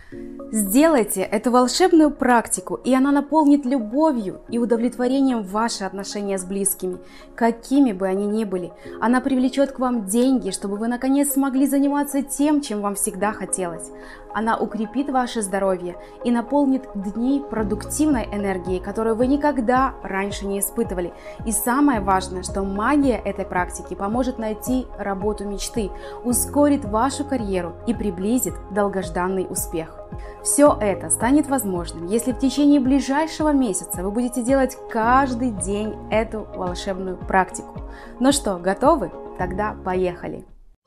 Сделайте эту волшебную практику, и она наполнит любовью и удовлетворением ваши отношения с близкими, какими бы они ни были. Она привлечет к вам деньги, чтобы вы наконец смогли заниматься тем, чем вам всегда хотелось. Она укрепит ваше здоровье и наполнит дни продуктивной энергией, которую вы никогда раньше не испытывали. И самое важное, что магия этой практики поможет найти работу мечты, ускорит вашу карьеру и приблизит долгожданный успех. Все это станет возможным, если в течение ближайшего месяца вы будете делать каждый день эту волшебную практику. Ну что, готовы? Тогда поехали!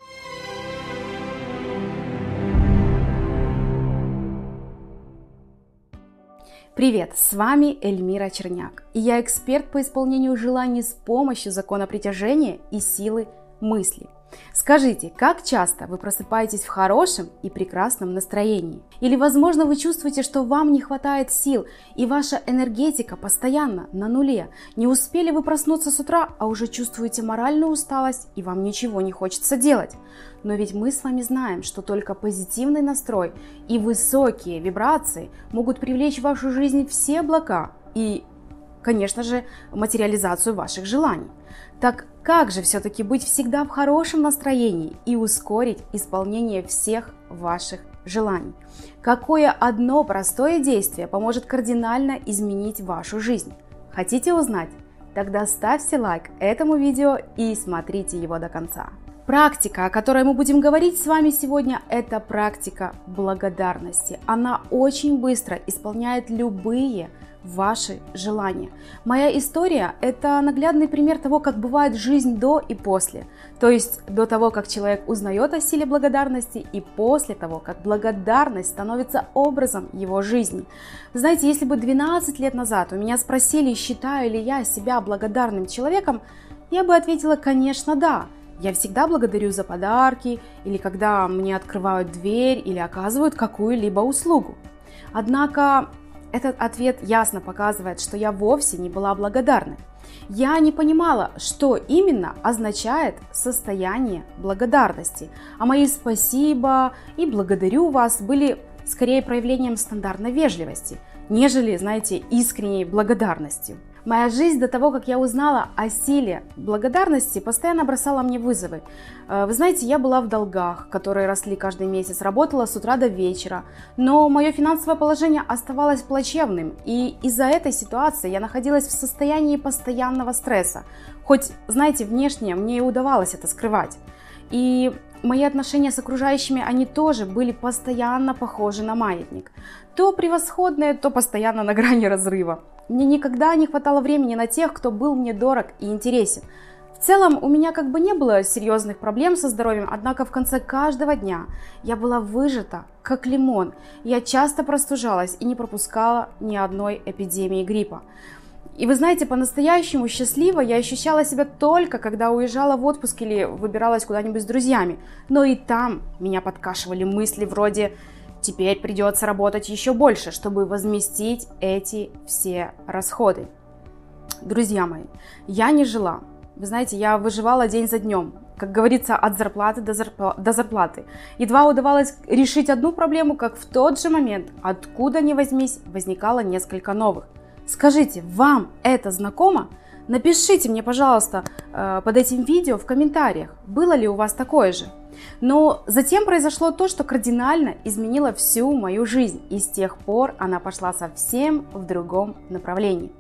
Привет, с вами Эльмира Черняк, и я эксперт по исполнению желаний с помощью закона притяжения и силы мысли. Скажите, как часто вы просыпаетесь в хорошем и прекрасном настроении? Или, возможно, вы чувствуете, что вам не хватает сил, и ваша энергетика постоянно на нуле? Не успели вы проснуться с утра, а уже чувствуете моральную усталость, и вам ничего не хочется делать? Но ведь мы с вами знаем, что только позитивный настрой и высокие вибрации могут привлечь в вашу жизнь все блага и, конечно же, материализацию ваших желаний. Так как же все-таки быть всегда в хорошем настроении и ускорить исполнение всех ваших желаний? Какое одно простое действие поможет кардинально изменить вашу жизнь? Хотите узнать? Тогда ставьте лайк этому видео и смотрите его до конца. Практика, о которой мы будем говорить с вами сегодня, это практика благодарности. Она очень быстро исполняет любые ваши желания. Моя история – это наглядный пример того, как бывает жизнь до и после. То есть до того, как человек узнает о силе благодарности, и после того, как благодарность становится образом его жизни. Знаете, если бы 12 лет назад у меня спросили, считаю ли я себя благодарным человеком, я бы ответила, конечно, да. Я всегда благодарю за подарки, или когда мне открывают дверь, или оказывают какую-либо услугу. Однако этот ответ ясно показывает, что я вовсе не была благодарной. Я не понимала, что именно означает состояние благодарности, а мои спасибо и благодарю вас были скорее проявлением стандартной вежливости, нежели, знаете, искренней благодарностью. Моя жизнь до того, как я узнала о силе благодарности, постоянно бросала мне вызовы. Вы знаете, я была в долгах, которые росли каждый месяц, работала с утра до вечера, но мое финансовое положение оставалось плачевным, и из-за этой ситуации я находилась в состоянии постоянного стресса. Хоть, знаете, внешне мне и удавалось это скрывать. И мои отношения с окружающими, они тоже были постоянно похожи на маятник. То превосходные, то постоянно на грани разрыва. Мне никогда не хватало времени на тех, кто был мне дорог и интересен. В целом, у меня как бы не было серьезных проблем со здоровьем, однако в конце каждого дня я была выжата, как лимон. Я часто простужалась и не пропускала ни одной эпидемии гриппа. И вы знаете, по-настоящему счастливо я ощущала себя только, когда уезжала в отпуск или выбиралась куда-нибудь с друзьями. Но и там меня подкашивали мысли вроде «теперь придется работать еще больше, чтобы возместить эти все расходы». Друзья мои, я не жила. Вы знаете, я выживала день за днем. Как говорится, от зарплаты до зарплаты. Едва удавалось решить одну проблему, как в тот же момент, откуда ни возьмись, возникало несколько новых. Скажите, вам это знакомо? Напишите мне, пожалуйста, под этим видео в комментариях, было ли у вас такое же. Но затем произошло то, что кардинально изменило всю мою жизнь, и с тех пор она пошла совсем в другом направлении.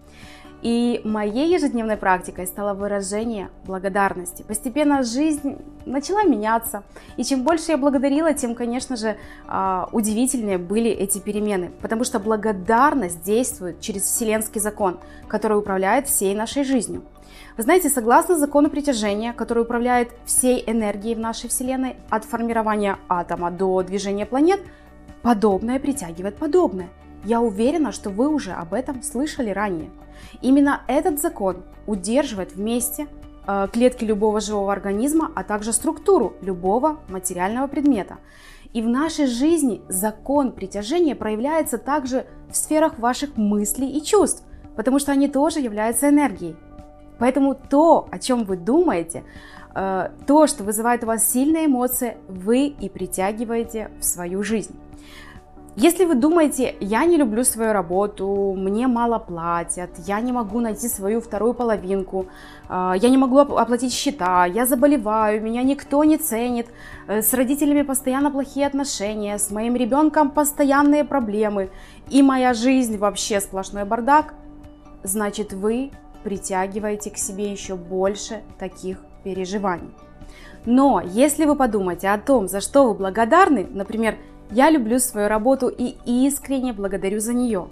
И моей ежедневной практикой стало выражение благодарности. Постепенно жизнь начала меняться, и чем больше я благодарила, тем, конечно же, удивительнее были эти перемены, потому что благодарность действует через вселенский закон, который управляет всей нашей жизнью. Вы знаете, согласно закону притяжения, который управляет всей энергией в нашей Вселенной, от формирования атома до движения планет, подобное притягивает подобное. Я уверена, что вы уже об этом слышали ранее. Именно этот закон удерживает вместе клетки любого живого организма, а также структуру любого материального предмета. И в нашей жизни закон притяжения проявляется также в сферах ваших мыслей и чувств, потому что они тоже являются энергией. Поэтому то, о чем вы думаете, то, что вызывает у вас сильные эмоции, вы и притягиваете в свою жизнь. Если вы думаете, я не люблю свою работу, мне мало платят, я не могу найти свою вторую половинку, я не могу оплатить счета, я заболеваю, меня никто не ценит, с родителями постоянно плохие отношения, с моим ребенком постоянные проблемы, и моя жизнь вообще сплошной бардак, значит, вы притягиваете к себе еще больше таких переживаний. Но если вы подумаете о том, за что вы благодарны, например, я люблю свою работу и искренне благодарю за нее.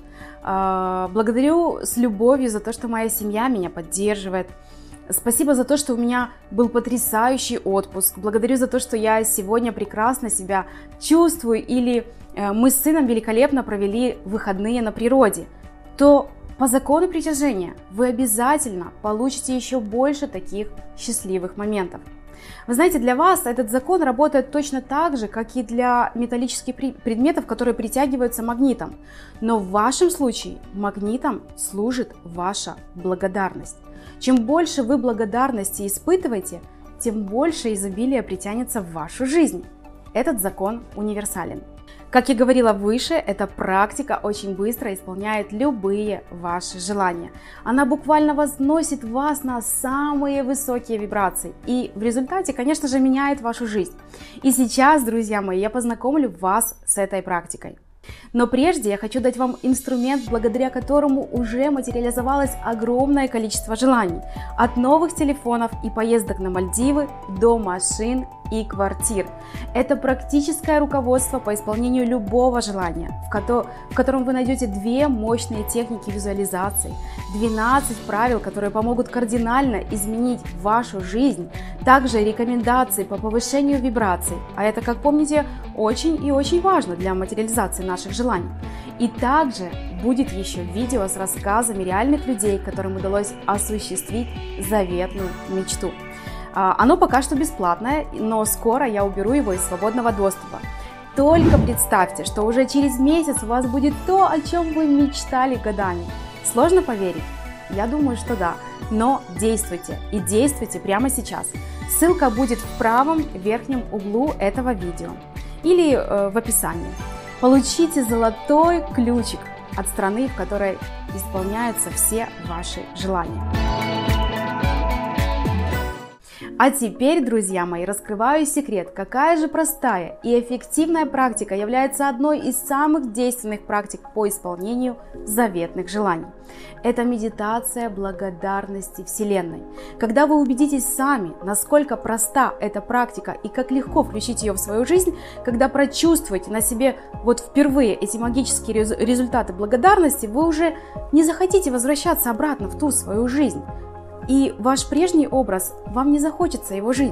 Благодарю с любовью за то, что моя семья меня поддерживает. Спасибо за то, что у меня был потрясающий отпуск. Благодарю за то, что я сегодня прекрасно себя чувствую. Или мы с сыном великолепно провели выходные на природе. То по закону притяжения вы обязательно получите еще больше таких счастливых моментов. Вы знаете, для вас этот закон работает точно так же, как и для металлических предметов, которые притягиваются магнитом. Но в вашем случае магнитом служит ваша благодарность. Чем больше вы благодарности испытываете, тем больше изобилия притянется в вашу жизнь. Этот закон универсален. Как я говорила выше, эта практика очень быстро исполняет любые ваши желания. Она буквально возносит вас на самые высокие вибрации и в результате, конечно же, меняет вашу жизнь. И сейчас, друзья мои, я познакомлю вас с этой практикой. Но прежде я хочу дать вам инструмент, благодаря которому уже материализовалось огромное количество желаний. От новых телефонов и поездок на Мальдивы до машин и квартир. Это практическое руководство по исполнению любого желания, в котором вы найдете 2 мощные техники визуализации, 12 правил, которые помогут кардинально изменить вашу жизнь, также рекомендации по повышению вибраций, а это, как помните, очень и очень важно для материализации наших желаний. И также будет еще видео с рассказами реальных людей, которым удалось осуществить заветную мечту. Оно пока что бесплатное, но скоро я уберу его из свободного доступа. Только представьте, что уже через месяц у вас будет то, о чем вы мечтали годами. Сложно поверить? Я думаю, что да. Но действуйте, и действуйте прямо сейчас. Ссылка будет в правом верхнем углу этого видео или в описании. Получите золотой ключик от страны, в которой исполняются все ваши желания. А теперь, друзья мои, раскрываю секрет, какая же простая и эффективная практика является одной из самых действенных практик по исполнению заветных желаний. Это медитация благодарности Вселенной. Когда вы убедитесь сами, насколько проста эта практика и как легко включить ее в свою жизнь, когда прочувствуете на себе вот впервые эти магические результаты благодарности, вы уже не захотите возвращаться обратно в ту свою жизнь. И ваш прежний образ, вам не захочется его жить.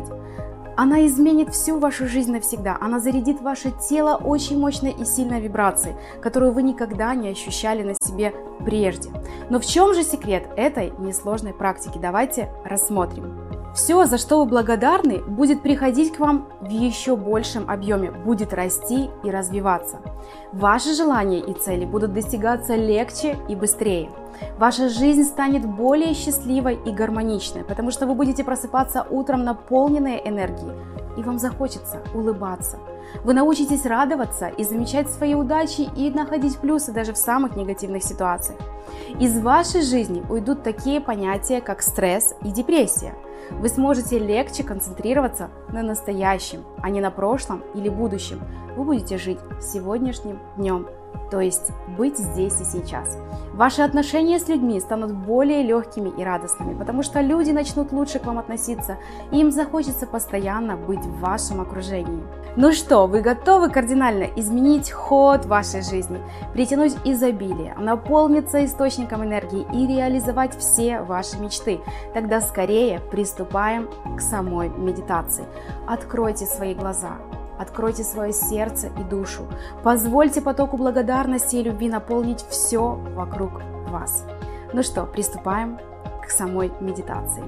Она изменит всю вашу жизнь навсегда. Она зарядит ваше тело очень мощной и сильной вибрацией, которую вы никогда не ощущали на себе прежде. Но в чем же секрет этой несложной практики? Давайте рассмотрим. Все, за что вы благодарны, будет приходить к вам в еще большем объеме, будет расти и развиваться. Ваши желания и цели будут достигаться легче и быстрее. Ваша жизнь станет более счастливой и гармоничной, потому что вы будете просыпаться утром наполненные энергией, и вам захочется улыбаться. Вы научитесь радоваться и замечать свои удачи и находить плюсы даже в самых негативных ситуациях. Из вашей жизни уйдут такие понятия, как стресс и депрессия. Вы сможете легче концентрироваться на настоящем, а не на прошлом или будущем. Вы будете жить сегодняшним днем, то есть быть здесь и сейчас. Ваши отношения с людьми станут более легкими и радостными, потому что люди начнут лучше к вам относиться, и им захочется постоянно быть в вашем окружении. Ну что, вы готовы кардинально изменить ход вашей жизни, притянуть изобилие, наполниться источником энергии и реализовать все ваши мечты? Тогда скорее приступаем к самой медитации. Откройте свои глаза. Откройте свое сердце и душу. Позвольте потоку благодарности и любви наполнить все вокруг вас. Ну что, приступаем к самой медитации.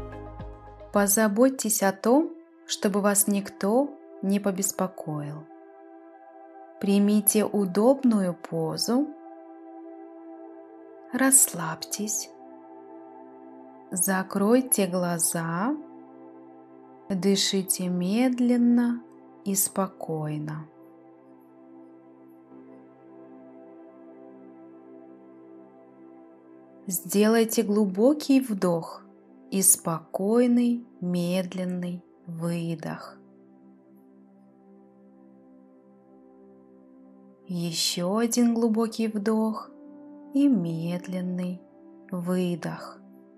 Позаботьтесь о том, чтобы вас никто не побеспокоил. Примите удобную позу. Расслабьтесь. Закройте глаза. Дышите медленно и спокойно. Сделайте глубокий вдох и спокойный, медленный выдох. Еще один глубокий вдох и медленный выдох.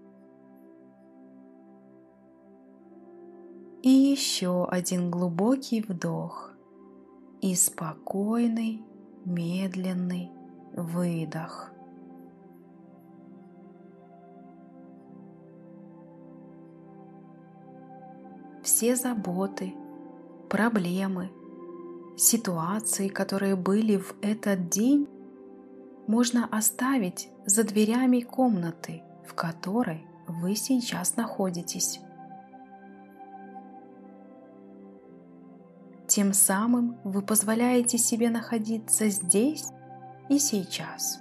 И еще один глубокий вдох и спокойный, медленный выдох. Все заботы, проблемы, ситуации, которые были в этот день, можно оставить за дверями комнаты, в которой вы сейчас находитесь. Тем самым вы позволяете себе находиться здесь и сейчас.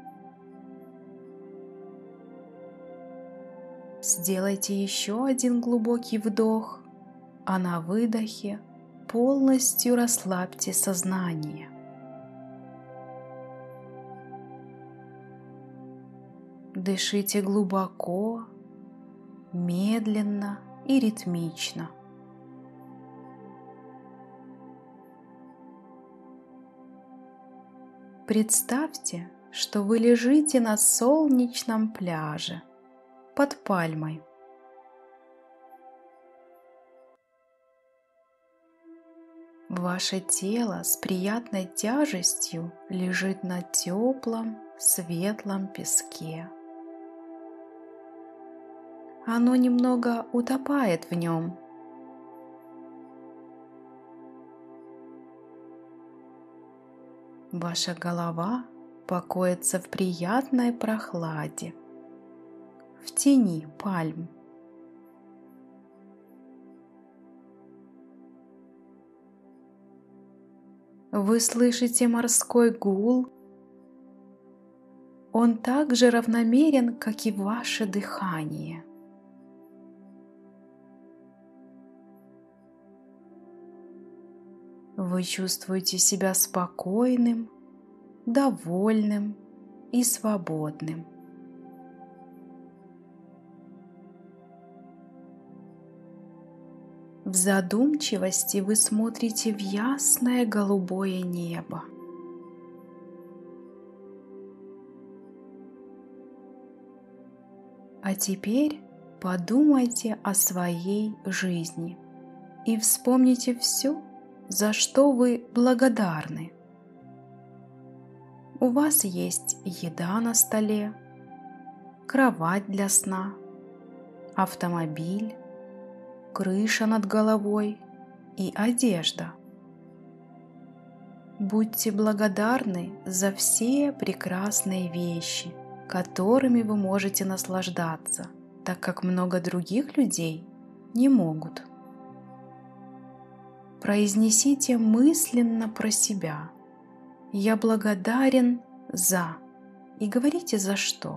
Сделайте еще один глубокий вдох, а на выдохе полностью расслабьте сознание. Дышите глубоко, медленно и ритмично. Представьте, что вы лежите на солнечном пляже под пальмой. Ваше тело с приятной тяжестью лежит на теплом, светлом песке. Оно немного утопает в нем. Ваша голова покоится в приятной прохладе, в тени пальм. Вы слышите морской гул. Он так же равномерен, как и ваше дыхание. Вы чувствуете себя спокойным, довольным и свободным. В задумчивости вы смотрите в ясное голубое небо. А теперь подумайте о своей жизни и вспомните все, за что вы благодарны. У вас есть еда на столе, кровать для сна, автомобиль, крыша над головой и одежда. Будьте благодарны за все прекрасные вещи, которыми вы можете наслаждаться, так как много других людей не могут. Произнесите мысленно про себя: «Я благодарен за…» и говорите за что.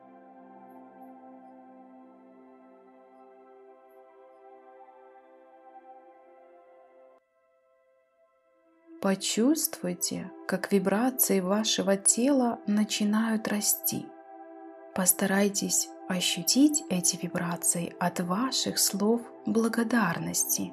Почувствуйте, как вибрации вашего тела начинают расти. Постарайтесь ощутить эти вибрации от ваших слов благодарности.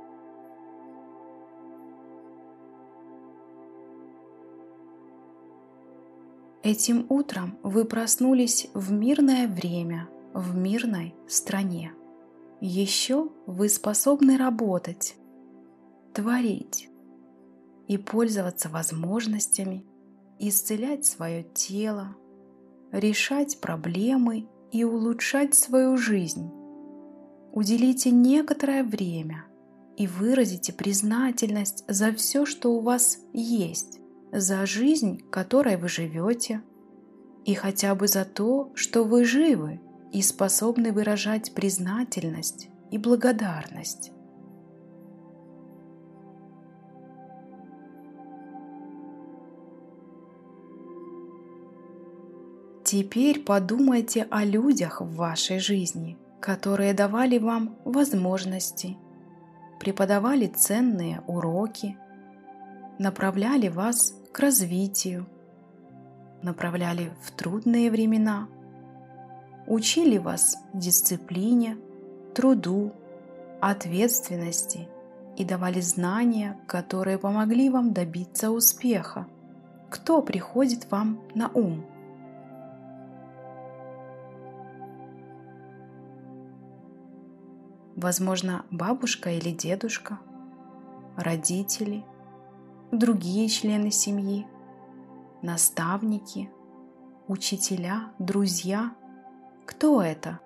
Этим утром вы проснулись в мирное время, в мирной стране. Еще вы способны работать, творить и пользоваться возможностями, исцелять свое тело, решать проблемы и улучшать свою жизнь. Уделите некоторое время и выразите признательность за все, что у вас есть, за жизнь, которой вы живете, и хотя бы за то, что вы живы и способны выражать признательность и благодарность. Теперь подумайте о людях в вашей жизни, которые давали вам возможности, преподавали ценные уроки, направляли вас к развитию, направляли в трудные времена, учили вас дисциплине, труду, ответственности и давали знания, которые помогли вам добиться успеха? Кто приходит вам на ум? Возможно, бабушка или дедушка, родители, другие члены семьи, наставники, учителя, друзья. Кто это?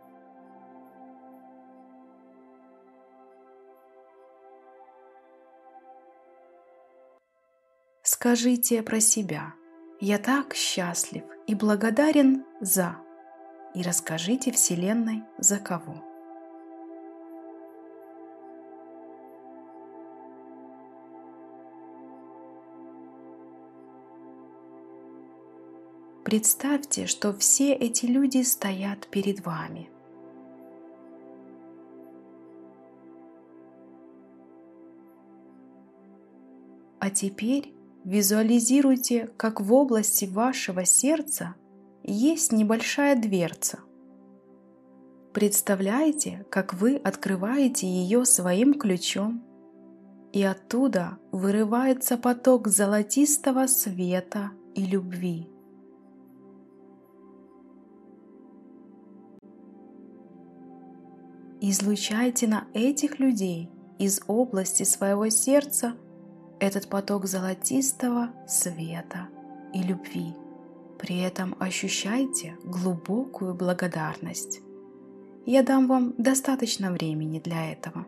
Скажите про себя: «Я так счастлив и благодарен за…» и расскажите Вселенной, за кого. Представьте, что все эти люди стоят перед вами. А теперь визуализируйте, как в области вашего сердца есть небольшая дверца. Представляете, как вы открываете ее своим ключом, и оттуда вырывается поток золотистого света и любви. Излучайте на этих людей из области своего сердца этот поток золотистого света и любви. При этом ощущайте глубокую благодарность. Я дам вам достаточно времени для этого.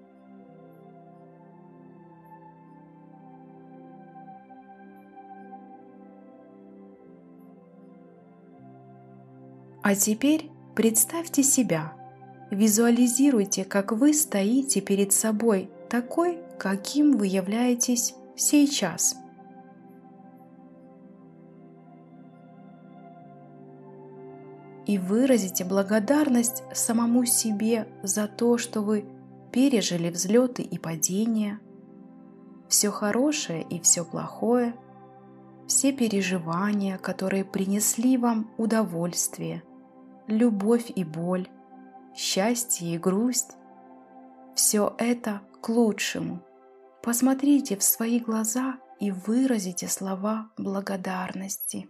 А теперь представьте себя. Визуализируйте, как вы стоите перед собой такой, каким вы являетесь сейчас. И выразите благодарность самому себе за то, что вы пережили взлеты и падения, все хорошее и все плохое, все переживания, которые принесли вам удовольствие, любовь и боль, счастье и грусть. Все это к лучшему. Посмотрите в свои глаза и выразите слова благодарности.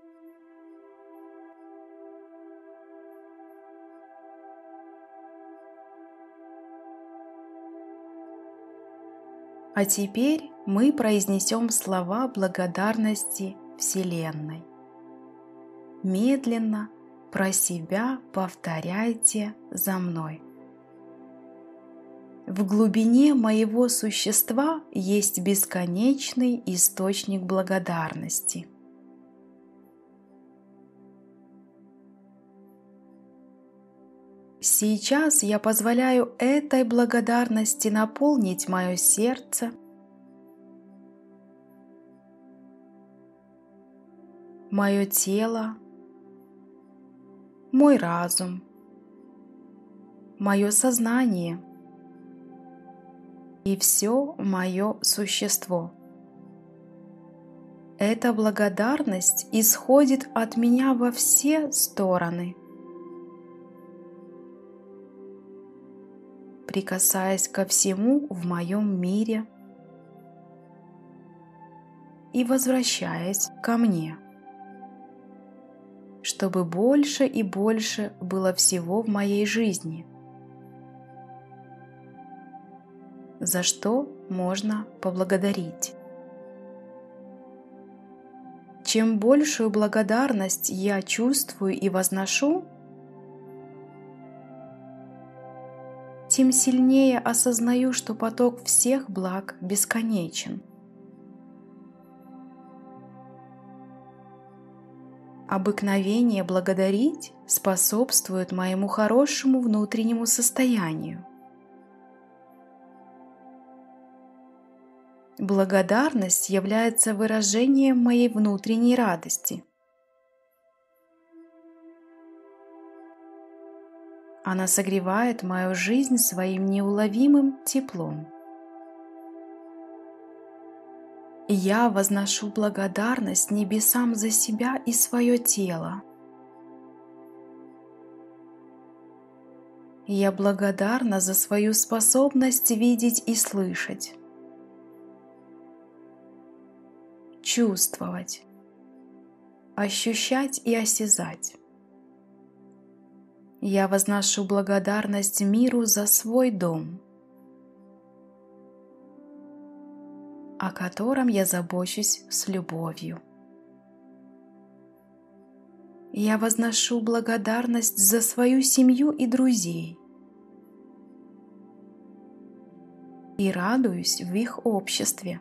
А теперь мы произнесем слова благодарности Вселенной. Медленно про себя повторяйте за мной. В глубине моего существа есть бесконечный источник благодарности. Сейчас я позволяю этой благодарности наполнить мое сердце, мое тело, мой разум, мое сознание и все мое существо. Эта благодарность исходит от меня во все стороны, прикасаясь ко всему в моем мире и возвращаясь ко мне, чтобы больше и больше было всего в моей жизни, за что можно поблагодарить. Чем большую благодарность я чувствую и возношу, тем сильнее осознаю, что поток всех благ бесконечен. Обыкновение благодарить способствует моему хорошему внутреннему состоянию. Благодарность является выражением моей внутренней радости. Она согревает мою жизнь своим неуловимым теплом. Я возношу благодарность небесам за себя и свое тело. Я благодарна за свою способность видеть и слышать, чувствовать, ощущать и осязать. Я возношу благодарность миру за свой дом, о котором я забочусь с любовью. Я возношу благодарность за свою семью и друзей и радуюсь в их обществе.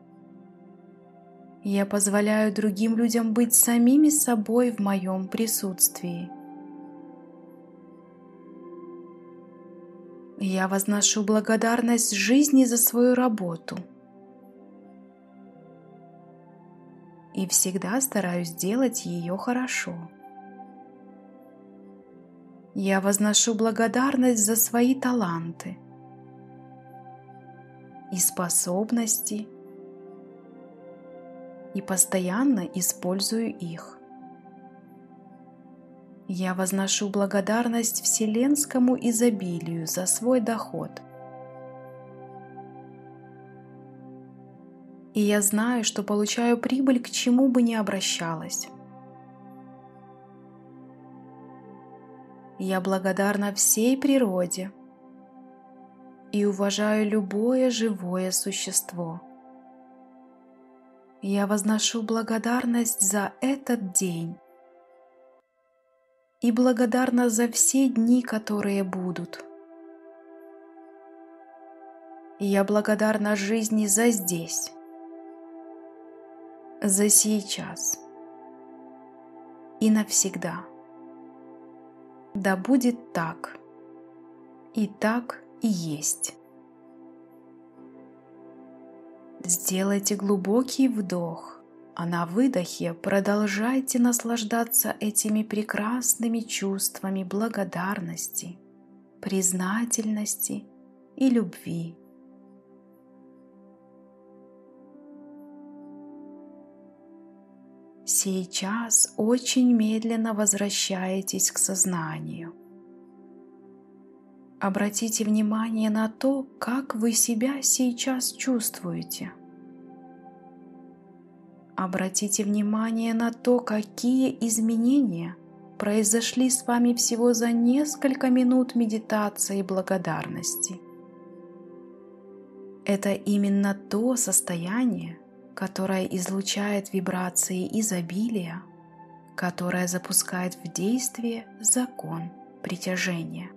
Я позволяю другим людям быть самими собой в моем присутствии. Я возношу благодарность жизни за свою работу и всегда стараюсь делать ее хорошо. Я возношу благодарность за свои таланты и способности и постоянно использую их. Я возношу благодарность вселенскому изобилию за свой доход. И я знаю, что получаю прибыль, к чему бы ни обращалась. Я благодарна всей природе и уважаю любое живое существо. Я возношу благодарность за этот день и благодарна за все дни, которые будут. Я благодарна жизни за здесь, за сейчас и навсегда. Да будет так и есть. Сделайте глубокий вдох, а на выдохе продолжайте наслаждаться этими прекрасными чувствами благодарности, признательности и любви. Сейчас очень медленно возвращаетесь к сознанию. Обратите внимание на то, как вы себя сейчас чувствуете. Обратите внимание на то, какие изменения произошли с вами всего за несколько минут медитации и благодарности. Это именно то состояние, которое излучает вибрации изобилия, которое запускает в действие закон притяжения.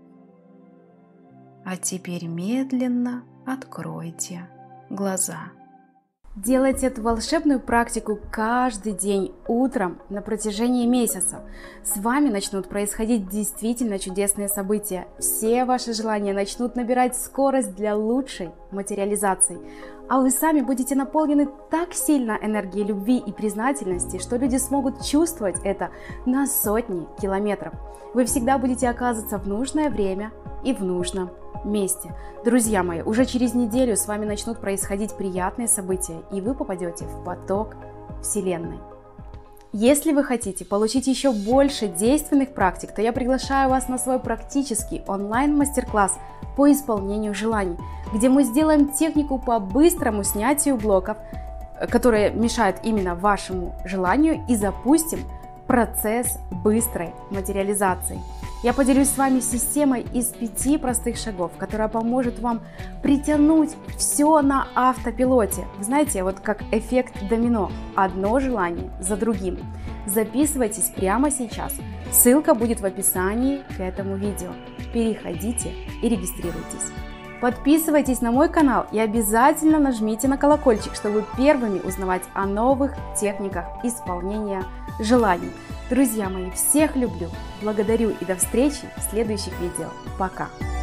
А теперь медленно откройте глаза. Делайте эту волшебную практику каждый день утром на протяжении месяца. С вами начнут происходить действительно чудесные события. Все ваши желания начнут набирать скорость для лучшей материализации. А вы сами будете наполнены так сильно энергией любви и признательности, что люди смогут чувствовать это на сотни километров. Вы всегда будете оказываться в нужное время и в нужном месте. Друзья мои, уже через неделю с вами начнут происходить приятные события, и вы попадете в поток Вселенной. Если вы хотите получить еще больше действенных практик, то я приглашаю вас на свой практический онлайн-мастер-класс по исполнению желаний, где мы сделаем технику по быстрому снятию блоков, которые мешают именно вашему желанию, и запустим процесс быстрой материализации. Я поделюсь с вами системой из 5 простых шагов, которая поможет вам притянуть все на автопилоте. Вы знаете, вот как эффект домино. Одно желание за другим. Записывайтесь прямо сейчас. Ссылка будет в описании к этому видео. Переходите и регистрируйтесь. Подписывайтесь на мой канал и обязательно нажмите на колокольчик, чтобы первыми узнавать о новых техниках исполнения желаний. Друзья мои, всех люблю, благодарю и до встречи в следующих видео. Пока!